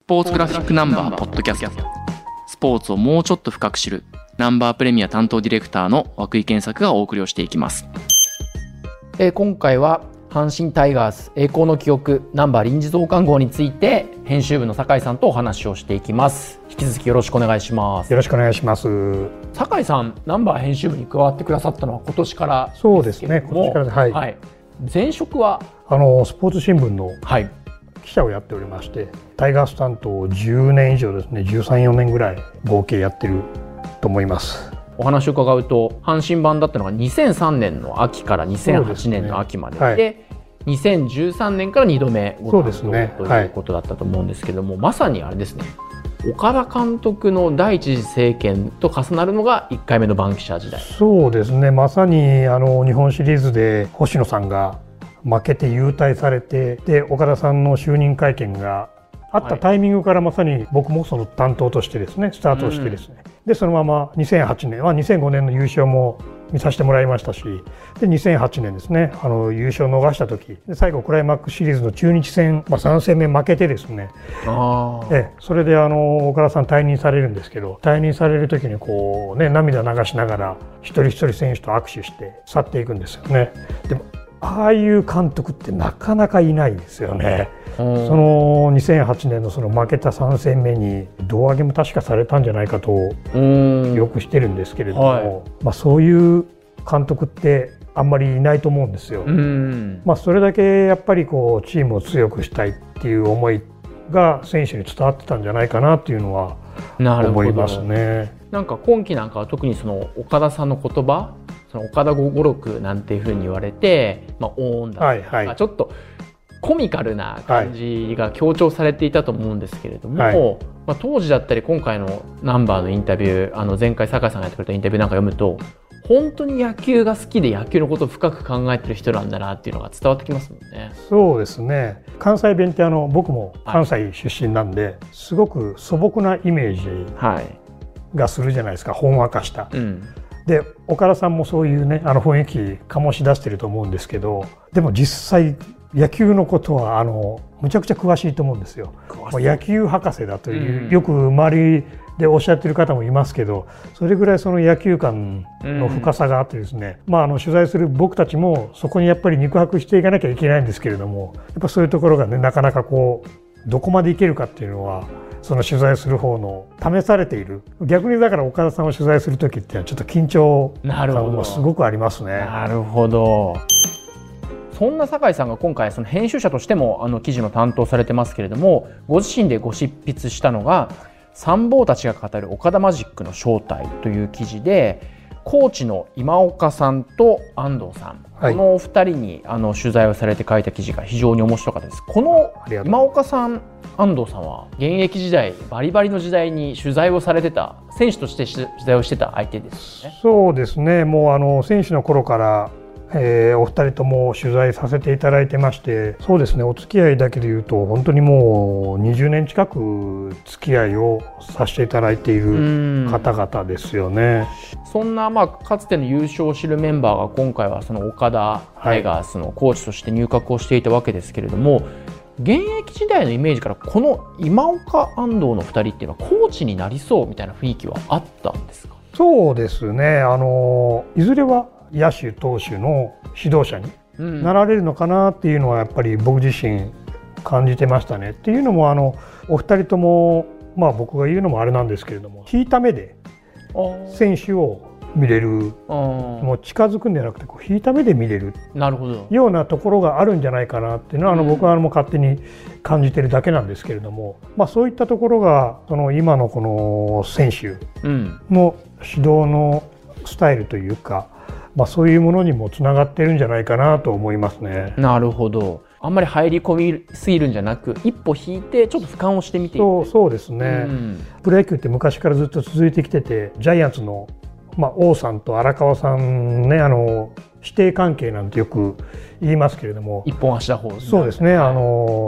ポーツグラフィックナンバーポッドキャスト。スポーツをもうちょっと深く知るナンバープレミア担当ディレクターの涌井健作がお送りをしていきます。今回は阪神タイガース栄光の記憶ナンバー臨時増刊号について編集部の酒井さんとお話をしていきます。引き続きよろしくお願いします。 よろしくお願いします。 酒井さん、ナンバー編集部に加わってくださったのは今年からですけれども。 そうですね、今年から、はい、 前職はスポーツ新聞の記者をやっておりまして、タイガース担当10年以上ですね、13、14年ぐらい合計やってると思います。 お話を伺うと、阪神版だったのが2003年の秋から2008年の秋まで で、2013年から2度目ご担当ということだったと思うんですけども、まさにあれですね、岡田監督の第一次政権と重なるのが1回目の番記者時代。 そうですね、まさに日本シリーズで星野さんが負けて勇退されて、で岡田さんの就任会見があったタイミングからまさに僕もその担当としてですねスタートしてですね、でそのまま2008年は2005年の優勝も見させてもらいましたし、で2008年ですね優勝を逃した時で最後クライマックスシリーズの中日戦、3戦目負けてですね、それで岡田さん退任されるんですけど、退任される時にこうね涙流しながら一人一人選手と握手して去っていくんですよね。でもああいう監督ってなかなかいないですよね。その2008年のその負けた3戦目に胴上げも確かされたんじゃないかとよくしてるんですけれども、そういう監督ってあんまりいないと思うんですよ。それだけやっぱりこうチームを強くしたいっていう思いが選手に伝わってたんじゃないかなっていうのは思いますね。 なんか今季なんかは特にその岡田さんの言葉、その岡田556なんていうふうに言われて、オーンだとか、ちょっとコミカルな感じが強調されていたと思うんですけれども、当時だったり今回のナンバーのインタビュー、前回酒井さんがやってくれたインタビューなんか読むと、本当に野球が好きで野球のことを深く考えてる人なんだなっていうのが伝わってきますもんね。 そうですね、関西弁って僕も関西出身なんで、すごく素朴なイメージがするじゃないですか、ほんわかした。で岡田さんもそういうね雰囲気醸し出してると思うんですけど、でも実際野球のことはむちゃくちゃ詳しいと思うんですよ。野球博士だという、よく周りでおっしゃってる方もいますけど、それぐらいその野球観の深さがあってですね、取材する僕たちもそこにやっぱり肉薄していかなきゃいけないんですけれども、やっぱそういうところがねなかなかこうどこまでいけるかっていうのはその取材する方の試されている。逆にだから岡田さんを取材する時っていうのはちょっと緊張感もすごくありますね。 なるほど。そんな酒井さんが今回その編集者としても記事の担当されてますけれども、ご自身でご執筆したのが参謀たちが語る岡田マジックの正体という記事で、コーチの今岡さんと安藤さん、このお二人に取材をされて書いた記事が非常に面白かったです。この今岡さん、安藤さんは現役時代バリバリの時代に取材をされてた、選手として取材をしてた相手ですよね。 そうですね、もう選手の頃からお二人とも取材させていただいてまして、そうですね、お付き合いだけでいうと本当にもう20年近く付き合いをさせていただいている方々ですよね。 そんなかつての優勝を知るメンバーが今回はその岡田タイガースのコーチとして入閣をしていたわけですけれども、現役時代のイメージからこの今岡安藤の2人っていうのはコーチになりそうみたいな雰囲気はあったんですか？ そうですね、いずれは野手投手の指導者になられるのかなっていうのはやっぱり僕自身感じてましたね。っていうのもお二人とも僕が言うのもあれなんですけれども、引いた目で選手を見れる、もう近づくんじゃなくてこう引いた目で見れるようなところがあるんじゃないかなっていうのは僕はもう勝手に感じてるだけなんですけれども、そういったところがその今のこの選手の指導のスタイルというか、そういうものにもつながってるんじゃないかなと思いますね。 なるほど。あんまり入り込みすぎるんじゃなく、一歩引いてちょっと俯瞰をしてみていく。 そうですね、プロ野球って昔からずっと続いてきてて、ジャイアンツの王さんと荒川さんね、師弟関係なんてよく言いますけれども、 一本足打法ですね。 そうですね、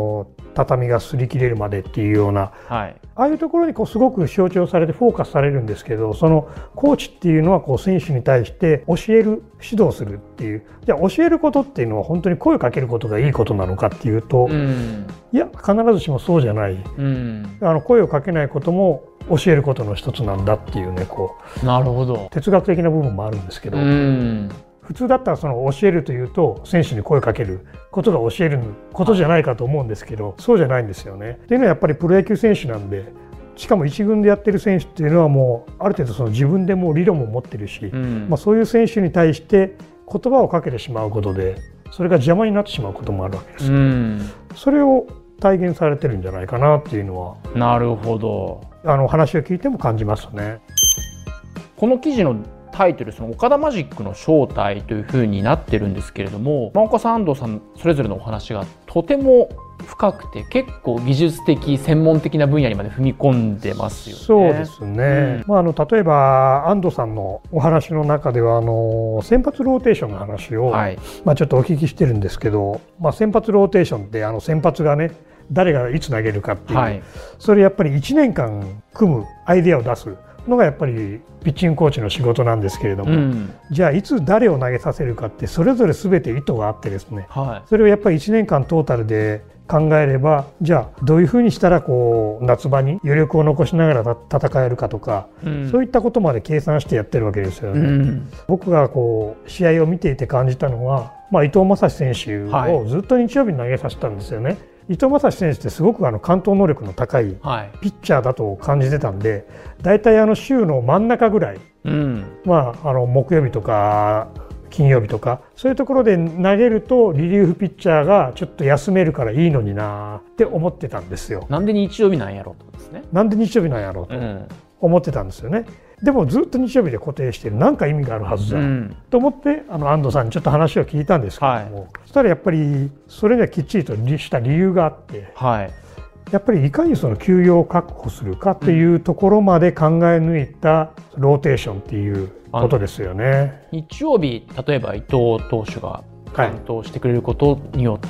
畳が擦り切れるまでっていうような、 はい、 ああいうところにすごく象徴されてフォーカスされるんですけど、そのコーチっていうのは選手に対して教える、指導するっていう、じゃあ教えることっていうのは本当に声をかけることがいいことなのかっていうと、いや必ずしもそうじゃない、声をかけないことも教えることの一つなんだっていうね、 なるほど、 哲学的な部分もあるんですけど、普通だったら教えるというと選手に声をかけることが教えることじゃないかと思うんですけど、そうじゃないんですよね。っていうのはやっぱりプロ野球選手なんで、しかも一軍でやってる選手っていうのはもうある程度自分でもう理論も持ってるし、そういう選手に対して言葉をかけてしまうことでそれが邪魔になってしまうこともあるわけです。それを体現されてるんじゃないかなっていうのは、 なるほど、 話を聞いても感じますね。 この記事のタイトル、岡田マジックの正体というふうになってるんですけれども、岡さん、安藤さんそれぞれのお話がとても深くて結構技術的専門的な分野にまで踏み込んでますよね。 そうですね、例えば安藤さんのお話の中では先発ローテーションの話を、ちょっとお聞きしてるんですけど、先発ローテーションって先発がね誰がいつ投げるかっていう、それやっぱり1年間組むアイデアを出すのがやっぱりピッチングコーチの仕事なんですけれども、じゃあいつ誰を投げさせるかってそれぞれ全て意図があってですね、それをやっぱり1年間トータルで考えれば、じゃあどういうふうにしたら夏場に余力を残しながら戦えるかとか、そういったことまで計算してやってるわけですよね。僕が試合を見ていて感じたのは、伊藤将司選手をずっと日曜日に投げさせたんですよね。伊藤将司選手ってすごく完投能力の高いピッチャーだと感じてたんで、だいたい週の真ん中ぐらい、木曜日とか金曜日とかそういうところで投げるとリリーフピッチャーがちょっと休めるからいいのになって思ってたんですよ。 なんで日曜日なんやろうとですね。 なんで日曜日なんやろうと思ってたんですよね。でもずっと日曜日で固定してる、なんか意味があるはずだ、と思って安藤さんにちょっと話を聞いたんですけども、そしたらやっぱりそれにはきっちりとした理由があって、やっぱりいかに休養を確保するかというところまで考え抜いたローテーションっていうことですよね。 日曜日例えば伊藤投手が担当してくれることによって、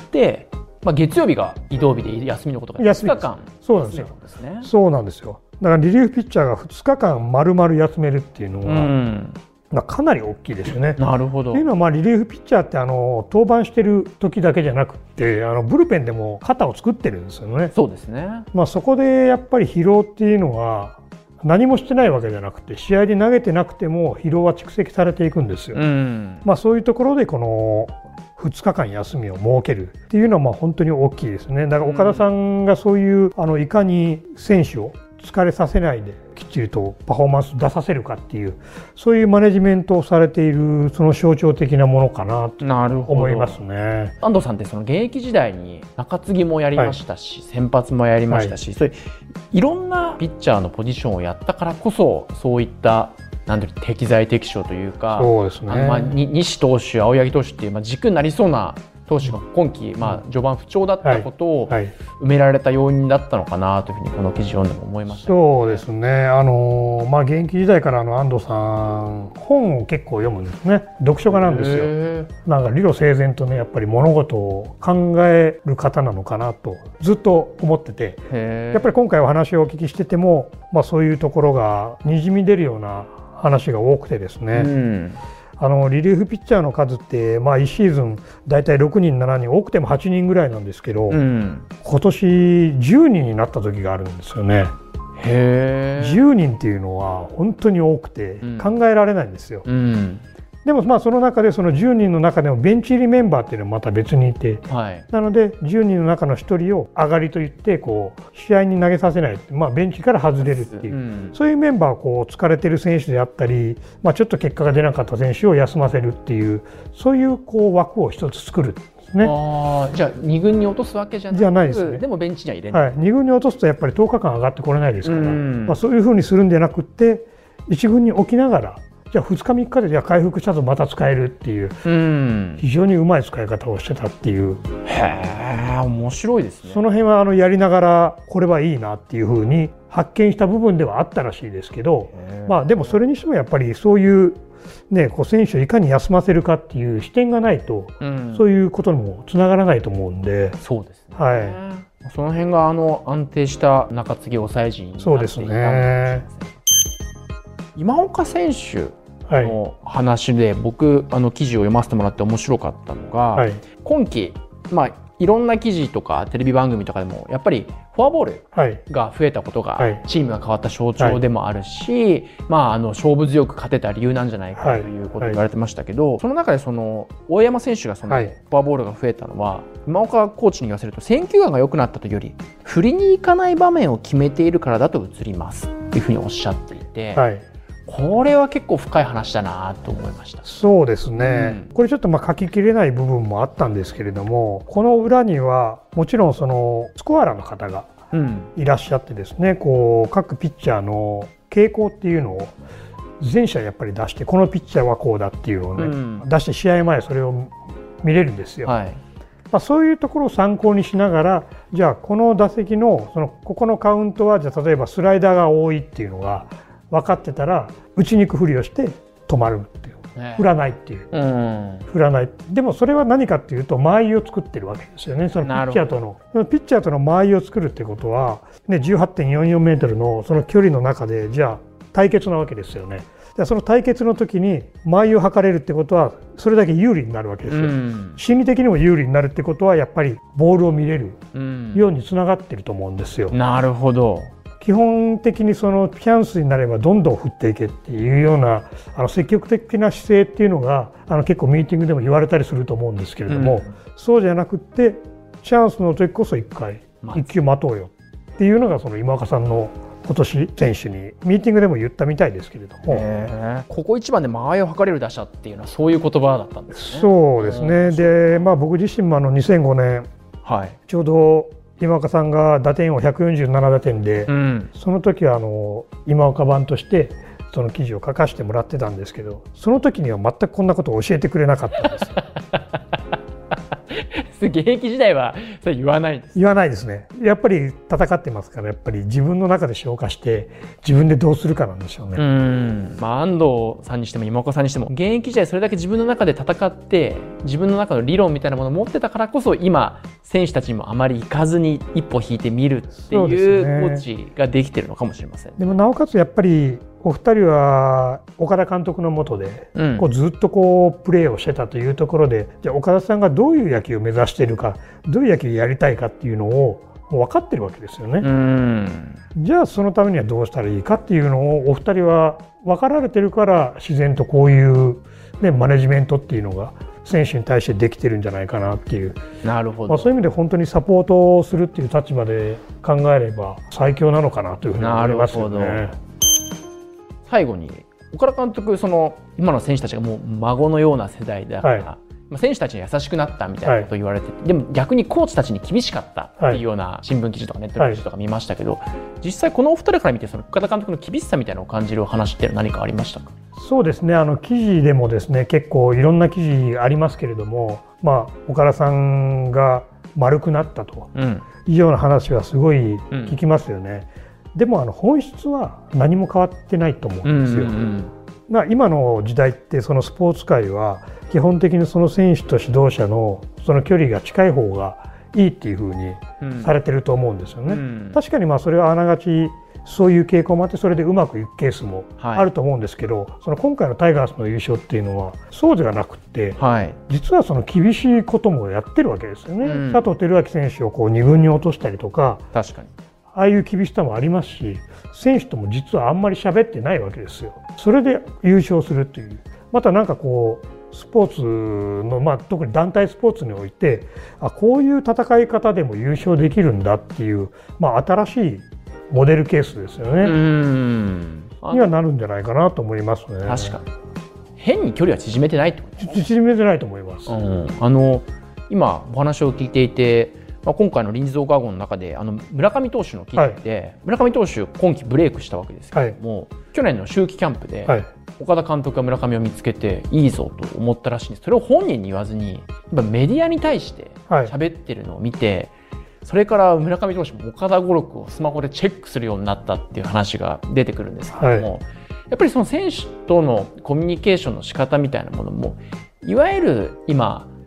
月曜日が移動日で休みのことが2日間そうなんですよ。そうなんですよ。だからリリーフピッチャーが2日間丸々休めるっていうのは、かなり大きいですよね。 なるほど。 というのはリリーフピッチャーって登板してる時だけじゃなくてブルペンでも肩を作ってるんですよね。 そうですね。 そこでやっぱり疲労っていうのは何もしてないわけじゃなくて、試合で投げてなくても疲労は蓄積されていくんですよ。そういうところでこの2日間休みを設けるっていうのは本当に大きいですね。だから岡田さんがそういういかに選手を疲れさせないできっちりとパフォーマンス出させるかっていう、そういうマネジメントをされているその象徴的なものかなと思いますね。 安藤さんって現役時代に中継ぎもやりましたし、先発もやりましたし、そういういろんなピッチャーのポジションをやったからこそそういった適材適所というか、 そうですね、 西投手、青柳投手っていう軸になりそうな投手が今季、序盤不調だったことを埋められた要因だったのかなというふうにこの記事読んでも思いました、ね。 そうですね。現役時代から安藤さん本を結構読むんですね。読書家なんですよ。理路整然とねやっぱり物事を考える方なのかなとずっと思ってて、やっぱり今回お話をお聞きしてても、そういうところがにじみ出るような話が多くてですね。リリーフピッチャーの数って1シーズンだいたい6人7人多くても8人ぐらいなんですけど、今年10人になった時があるんですよね。10人っていうのは本当に多くて考えられないんですよ。でもその中でその10人の中でもベンチ入りメンバーっていうのはまた別にいて、なので10人の中の1人を上がりといって試合に投げさせない、ベンチから外れるっていう、そういうメンバーは疲れてる選手であったり、ちょっと結果が出なかった選手を休ませるっていう、そういう枠を一つ作るんですね。 じゃあ2軍に落とすわけじゃないですね。でもベンチには入れない。 2軍に落とすとやっぱり10日間上がってこれないですから、そういうふうにするんじゃなくって1軍に置きながら、じゃあ2日3日で回復したとまた使えるっていう、非常にうまい使い方をしてたっていう。 面白いですね。 その辺はやりながらこれはいいなっていうふうに発見した部分ではあったらしいですけど、でもそれにしてもやっぱりそういう選手をいかに休ませるかっていう視点がないと、そういうことにもつながらないと思うんで。 そうですね。 その辺が安定した中継ぎ抑え陣になっていたのかもしれません。今岡選手の話で、僕記事を読ませてもらって面白かったのが、今季いろんな記事とかテレビ番組とかでもやっぱりフォアボールが増えたことがチームが変わった象徴でもあるし、勝負強く勝てた理由なんじゃないかということを言われてましたけど、その中で大山選手がフォアボールが増えたのは、今岡コーチに言わせると選球眼が良くなったというより振りに行かない場面を決めているからだと映りますっていうふうにおっしゃっていて、これは結構深い話だなと思いました。 そうですね、これちょっと書ききれない部分もあったんですけれども、この裏にはもちろんスコアラーの方がいらっしゃってですね、各ピッチャーの傾向っていうのを全社やっぱり出して、このピッチャーはこうだっていうのをね、出して試合前それを見れるんですよ。そういうところを参考にしながら、じゃあこの打席のここのカウントはじゃあ例えばスライダーが多いっていうのが分かってたら、打ちに行くふりをして止まるっていう、振らないっていう、振らない。でもそれは何かっていうと、間合いを作ってるわけですよね。ピッチャーとの間合いを作るってことは、18.44 メートルのその距離の中でじゃあ対決なわけですよね。その対決の時に間合いを測れるってことは、それだけ有利になるわけですよ。心理的にも有利になるってことは、やっぱりボールを見れるようにつながってると思うんですよ。 なるほど。 基本的にチャンスになればどんどん振っていけっていうような積極的な姿勢っていうのが結構ミーティングでも言われたりすると思うんですけれども、そうじゃなくってチャンスの時こそ一球待とうよっていうのが今岡さんの今年選手にミーティングでも言ったみたいですけれども、 ここ一番で間合いを測れる打者っていうのはそういう言葉だったんですね。 そうですね。で、僕自身も2005年、ちょうど今岡さんが打点を147打点で、その時は今岡版としてその記事を書かせてもらってたんですけど、その時には全くこんなことを教えてくれなかったんですよ。 現役時代はそれ言わないです。 言わないですね。やっぱり戦ってますから、やっぱり自分の中で消化して自分でどうするかなんでしょうね。 安藤さんにしても今岡さんにしても、現役時代それだけ自分の中で戦って自分の中の理論みたいなものを持ってたからこそ、今選手たちにもあまり行かずに一歩引いてみるっていうコーチができてるのかもしれません。 でもなおかつやっぱりお二人は岡田監督の下でずっとプレーをしてたというところで、じゃあ岡田さんがどういう野球を目指しているか、どういう野球をやりたいかっていうのをもう分かってるわけですよね。じゃあそのためにはどうしたらいいかっていうのをお二人は分かられてるから、自然とこういう、マネジメントっていうのが選手に対してできてるんじゃないかなっていう。 なるほど。 そういう意味で本当にサポートをするっていう立場で考えれば最強なのかなというふうに思いますよね。 最後に岡田監督、今の選手たちがもう孫のような世代だから、選手たちに優しくなったみたいなことを言われて、でも逆にコーチたちに厳しかったっていうような新聞記事とかネット記事とか見ましたけど、実際このお二人から見て岡田監督の厳しさみたいなのを感じる話って何かありましたか？ そうですね、記事でもですね、結構いろんな記事ありますけれども、岡田さんが丸くなったというような話はすごい聞きますよね。でも本質は何も変わってないと思うんですよ。今の時代ってスポーツ界は基本的にその選手と指導者のその距離が近い方がいいっていうふうにされてると思うんですよね。確かにそれはあながちそういう傾向もあって、それでうまくいくケースもあると思うんですけど、今回のタイガースの優勝っていうのはそうではなくて、実は厳しいこともやってるわけですよね。佐藤輝明選手を2軍に落としたりとか、 確かにああいう厳しさもありますし、選手とも実はあんまり喋ってないわけですよ。それで優勝するという、またスポーツの、特に団体スポーツにおいて、こういう戦い方でも優勝できるんだっていう、新しいモデルケースですよね。にはなるんじゃないかなと思いますね。 確かに変に距離は縮めてないってことですね。 縮めてないと思います。 今お話を聞いていて、今回の臨時増加号の中で村上投手の記事で、村上投手今季ブレイクしたわけですけども、去年の秋季キャンプで岡田監督が村上を見つけていいぞと思ったらしいんです。それを本人に言わずにメディアに対して喋ってるのを見て、それから村上投手も岡田語録をスマホでチェックするようになったっていう話が出てくるんですけども、やっぱりその選手とのコミュニケーションの仕方みたいなものも、いわゆる今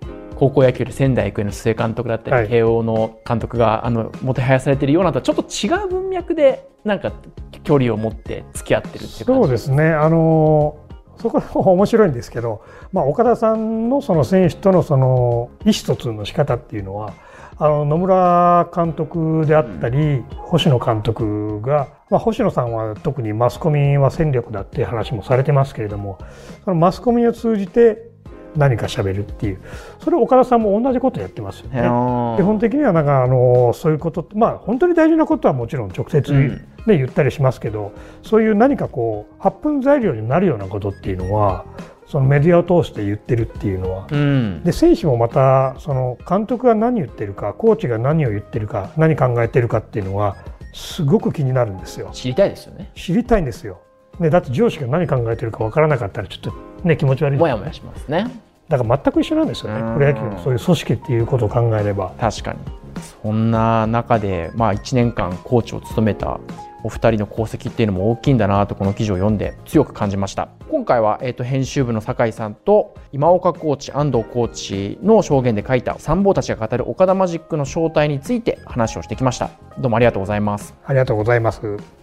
高校野球で仙台育英の須江監督だったり、 はい、慶応の監督がもてはやされているようなとはちょっと違う文脈でなんか距離を持って付き合ってるっていう感じ。 そうですね。そこは面白いんですけど、岡田さんのその選手とのその意思疎通の仕方っていうのは、野村監督であったり、星野監督が、星野さんは特にマスコミは戦力だっていう話もされてますけれども、そのマスコミを通じて何か喋るっていう、それを岡田さんも同じことやってますよね。基本的にはなんかそういうことって、本当に大事なことはもちろん直接、ね、言ったりしますけど、そういう何かこう発奮材料になるようなことっていうのはそのメディアを通して言ってるっていうのは、で選手もまたその監督が何言ってるか、コーチが何を言ってるか、何考えてるかっていうのはすごく気になるんですよ。 知りたいですよね。 知りたいんですよ。ね、だって上司が何考えてるかわからなかったらちょっとね気持ち悪い。 もやもやしますね。 だから全く一緒なんですよね。プロ野球のそういう組織っていうことを考えれば。 確かに。そんな中で、1年間コーチを務めたお二人の功績っていうのも大きいんだなとこの記事を読んで強く感じました。今回は、編集部の酒井さんと今岡コーチ、安藤コーチの証言で書いた参謀たちが語る岡田マジックの正体について話をしてきました。どうもありがとうございます。 ありがとうございます。